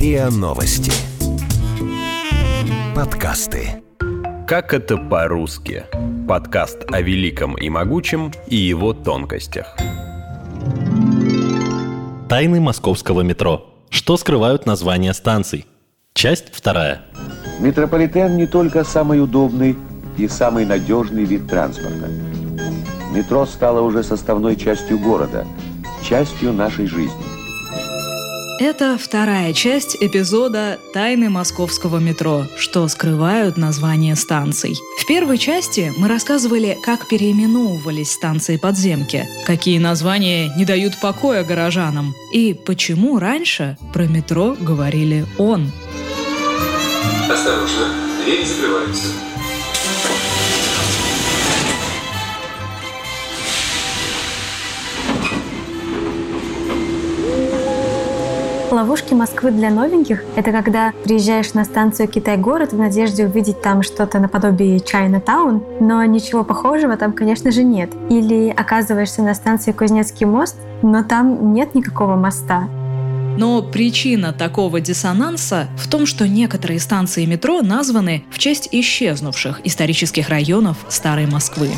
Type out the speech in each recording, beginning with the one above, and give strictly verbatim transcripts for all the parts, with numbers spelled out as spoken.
РИА Новости. Подкасты. Как это по-русски? Подкаст о великом и могучем и его тонкостях. Тайны московского метро. Что скрывают названия станций? Часть вторая. Метрополитен не только самый удобный и самый надежный вид транспорта. Метро стало уже составной частью города, частью нашей жизни. Это вторая часть эпизода «Тайны московского метро. Что скрывают названия станций». В первой части мы рассказывали, как переименовывались станции подземки, какие названия не дают покоя горожанам и почему раньше про метро говорили «он». Осторожно, двери закрываются. Ловушки Москвы для новеньких – это когда приезжаешь на станцию Китай-город в надежде увидеть там что-то наподобие Чайна-таун, но ничего похожего там, конечно же, нет. Или оказываешься на станции Кузнецкий мост, но там нет никакого моста. Но причина такого диссонанса в том, что некоторые станции метро названы в честь исчезнувших исторических районов Старой Москвы.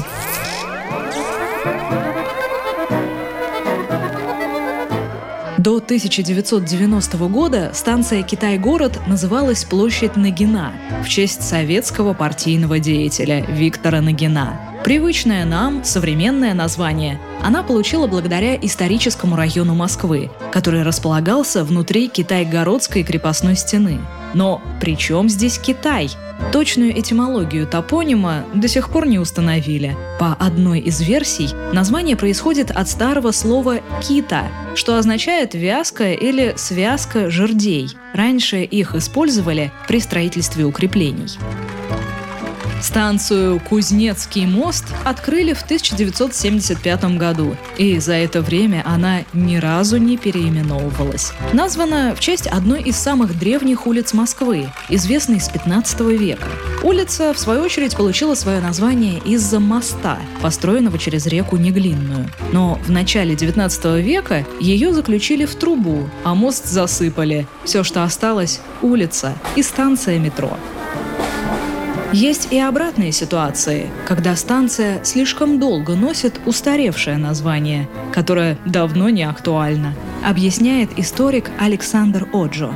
До тысяча девятьсот девяностого года станция Китай-город называлась Площадь Нагина в честь советского партийного деятеля Виктора Нагина. Привычное нам современное название она получила благодаря историческому району Москвы, который располагался внутри Китай-городской крепостной стены. Но при чем здесь Китай? Точную этимологию топонима до сих пор не установили. По одной из версий, название происходит от старого слова «кита», что означает «вязка» или «связка жердей». Раньше их использовали при строительстве укреплений. Станцию Кузнецкий мост открыли в тысяча девятьсот семьдесят пятом году, и за это время она ни разу не переименовывалась. Названа в честь одной из самых древних улиц Москвы, известной с пятнадцатого века. Улица, в свою очередь, получила свое название из-за моста, построенного через реку Неглинную. Но в начале девятнадцатого века ее заключили в трубу, а мост засыпали. Все, что осталось – улица и станция метро. Есть и обратные ситуации, когда станция слишком долго носит устаревшее название, которое давно не актуально, объясняет историк Александр Оджо.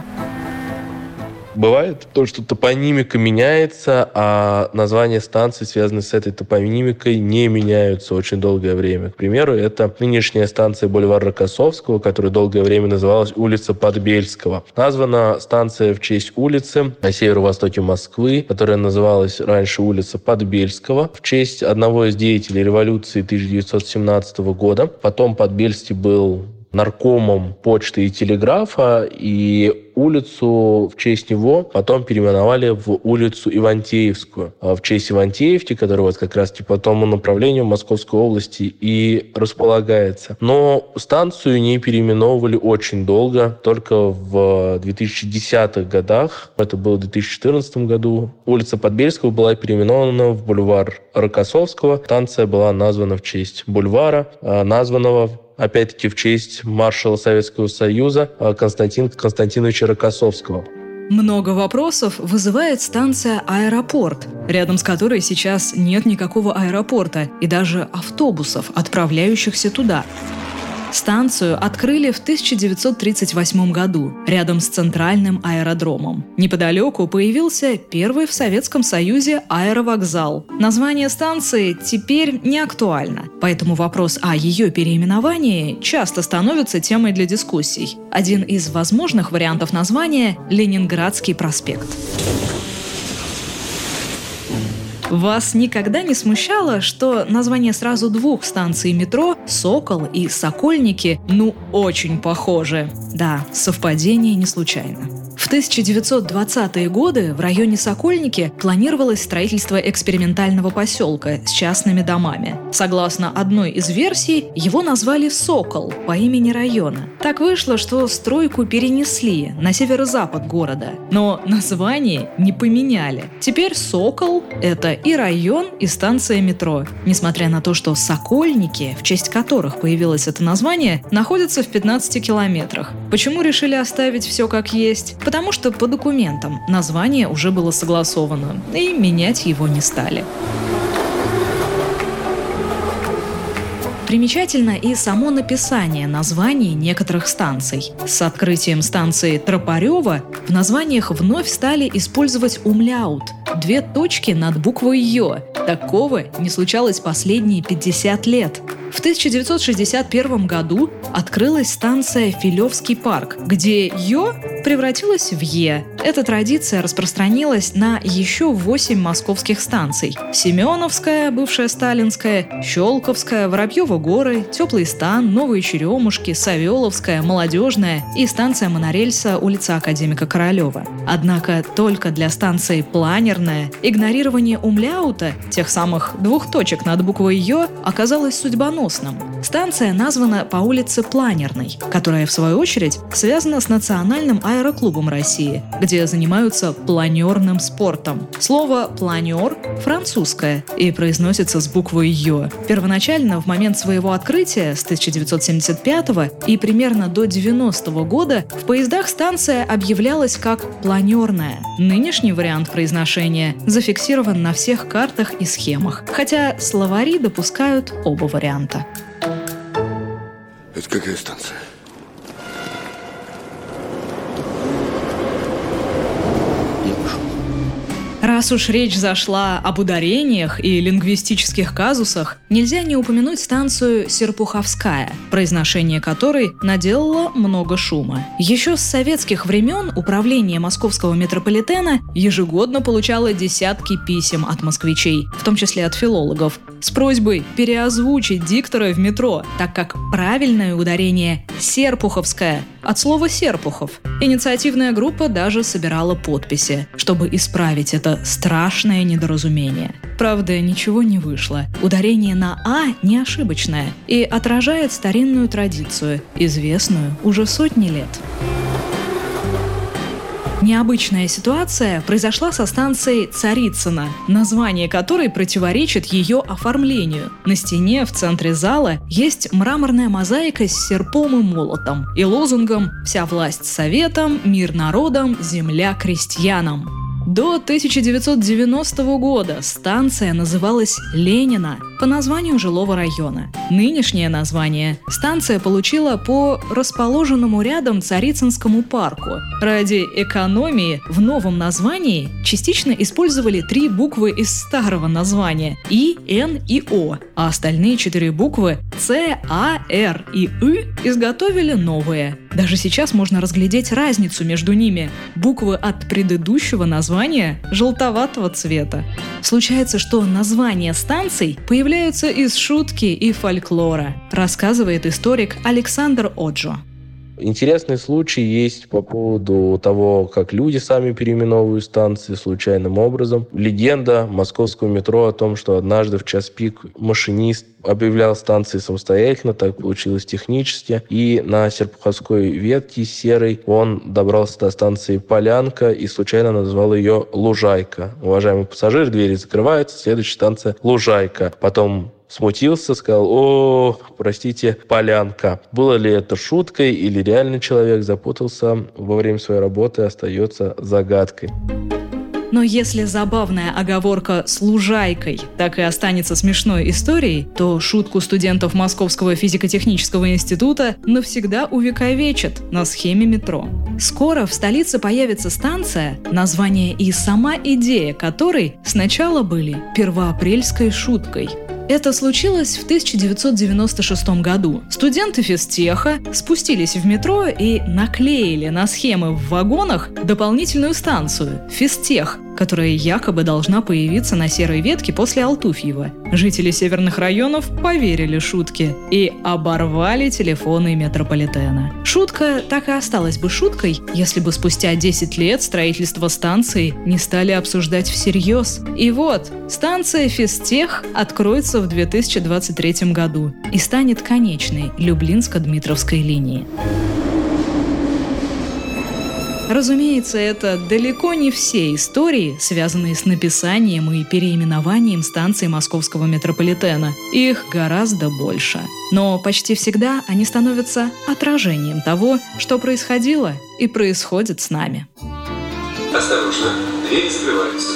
Бывает то, что топонимика меняется, а названия станций, связанные с этой топонимикой, не меняются очень долгое время. К примеру, это нынешняя станция бульвар Рокоссовского, которая долгое время называлась улица Подбельского. Названа станция в честь улицы на северо-востоке Москвы, которая называлась раньше улица Подбельского, в честь одного из деятелей революции тысяча девятьсот семнадцатого года. Потом Подбельский был наркомом почты и телеграфа, и улицу в честь него потом переименовали в улицу Ивантеевскую, в честь Ивантеевки, которая вот как раз по тому направлению Московской области и располагается. Но станцию не переименовывали очень долго, только в две тысячи десятых годах, это было в две тысячи четырнадцатом году, улица Подбельского была переименована в бульвар Рокоссовского. Станция была названа в честь бульвара, названного опять-таки в честь маршала Советского Союза Константина Константиновича Рокоссовского. Много вопросов вызывает станция «Аэропорт», рядом с которой сейчас нет никакого аэропорта и даже автобусов, отправляющихся туда. Станцию открыли в тысяча девятьсот тридцать восьмом году, рядом с центральным аэродромом. Неподалеку появился первый в Советском Союзе аэровокзал. Название станции теперь не актуально, поэтому вопрос о ее переименовании часто становится темой для дискуссий. Один из возможных вариантов названия – Ленинградский проспект. Вас никогда не смущало, что названия сразу двух станций метро «Сокол» и «Сокольники» ну очень похожи? Да, совпадение не случайно. В тысяча девятьсот двадцатые годы в районе Сокольники планировалось строительство экспериментального поселка с частными домами. Согласно одной из версий, его назвали «Сокол» по имени района. Так вышло, что стройку перенесли на северо-запад города, но название не поменяли. Теперь «Сокол» — это и район, и станция метро. Несмотря на то, что Сокольники, в честь которых появилось это название, находятся в пятнадцати километрах. Почему решили оставить все как есть? Потому потому что по документам название уже было согласовано, и менять его не стали. Примечательно и само написание названий некоторых станций. С открытием станции Тропарева в названиях вновь стали использовать умляут – две точки над буквой «ё». Такого не случалось последние пятьдесят лет. В тысяча девятьсот шестьдесят первом году открылась станция Филевский парк, где «ё» превратилась в «е». Эта традиция распространилась на еще восемь московских станций: Семеновская, бывшая Сталинская, Щелковская, Воробьево горы, Теплый стан, Новые Черемушки, Савеловская, Молодежная и станция монорельса улица Академика Королева. Однако только для станции Планерная игнорирование умляута, тех самых двух точек над буквой «ё», оказалось судьбоносным. Станция названа по улице Планерной, которая, в свою очередь, связана с Национальным аэроклубом России, где занимаются планерным спортом. Слово «планер» французское и произносится с буквой «ё». Первоначально, в момент своего открытия с тысяча девятьсот семьдесят пятого и примерно до девяностого года, в поездах станция объявлялась как «планерная». Нынешний вариант произношения зафиксирован на всех картах и схемах, хотя словари допускают оба варианта. Это какая станция? Раз уж речь зашла об ударениях и лингвистических казусах, нельзя не упомянуть станцию Серпуховская, произношение которой наделало много шума. Еще с советских времен управление московского метрополитена ежегодно получало десятки писем от москвичей, в том числе от филологов, с просьбой переозвучить диктора в метро, так как правильное ударение «Серпуховская» от слова «Серпухов». Инициативная группа даже собирала подписи, чтобы исправить это страшное недоразумение. Правда, ничего не вышло. Ударение на «а» не ошибочное и отражает старинную традицию, известную уже сотни лет. Необычная ситуация произошла со станцией Царицына, название которой противоречит ее оформлению. На стене в центре зала есть мраморная мозаика с серпом и молотом и лозунгом «Вся власть советам, мир народам, земля крестьянам». До тысяча девятьсот девяностого года станция называлась Ленина по названию жилого района. Нынешнее название станция получила по расположенному рядом Царицынскому парку. Ради экономии в новом названии частично использовали три буквы из старого названия – И, Н и О, а остальные четыре буквы – Ц, А, Р и И изготовили новые. Даже сейчас можно разглядеть разницу между ними. Буквы от предыдущего названия желтоватого цвета. Случается, что названия станций появляются из шутки и фольклора, рассказывает историк Александр Оджо. Интересный случай есть по поводу того, как люди сами переименовывают станции случайным образом. Легенда московского метро о том, что однажды в час пик машинист объявлял станции самостоятельно, так получилось технически, и на Серпуховской ветке серой он добрался до станции Полянка и случайно назвал ее Лужайка. Уважаемый пассажир, двери закрываются, следующая станция Лужайка. Потом смутился, сказал: «О, простите, Полянка». Было ли это шуткой или реально человек запутался во время своей работы, остается загадкой. Но если забавная оговорка с «лужайкой» так и останется смешной историей, то шутку студентов Московского физико-технического института навсегда увековечат на схеме метро. Скоро в столице появится станция, название и сама идея которой сначала были первоапрельской шуткой. Это случилось в тысяча девятьсот девяносто шестом году. Студенты физтеха спустились в метро и наклеили на схемы в вагонах дополнительную станцию – физтех, которая якобы должна появиться на серой ветке после Алтуфьева. Жители северных районов поверили шутке и оборвали телефоны метрополитена. Шутка так и осталась бы шуткой, если бы спустя десять лет строительство станции не стали обсуждать всерьез. И вот, станция физтех откроется в две тысячи двадцать третьем году и станет конечной Люблинско-Дмитровской линии. Разумеется, это далеко не все истории, связанные с написанием и переименованием станций московского метрополитена. Их гораздо больше. Но почти всегда они становятся отражением того, что происходило и происходит с нами. Осторожно, двери закрываются.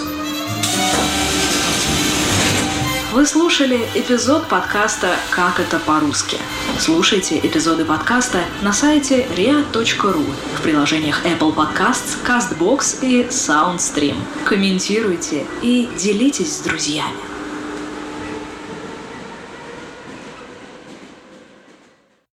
Вы слушали эпизод подкаста «Как это по-русски». Слушайте эпизоды подкаста на сайте риа точка ру, в приложениях Apple Podcasts, CastBox и SoundStream. Комментируйте и делитесь с друзьями.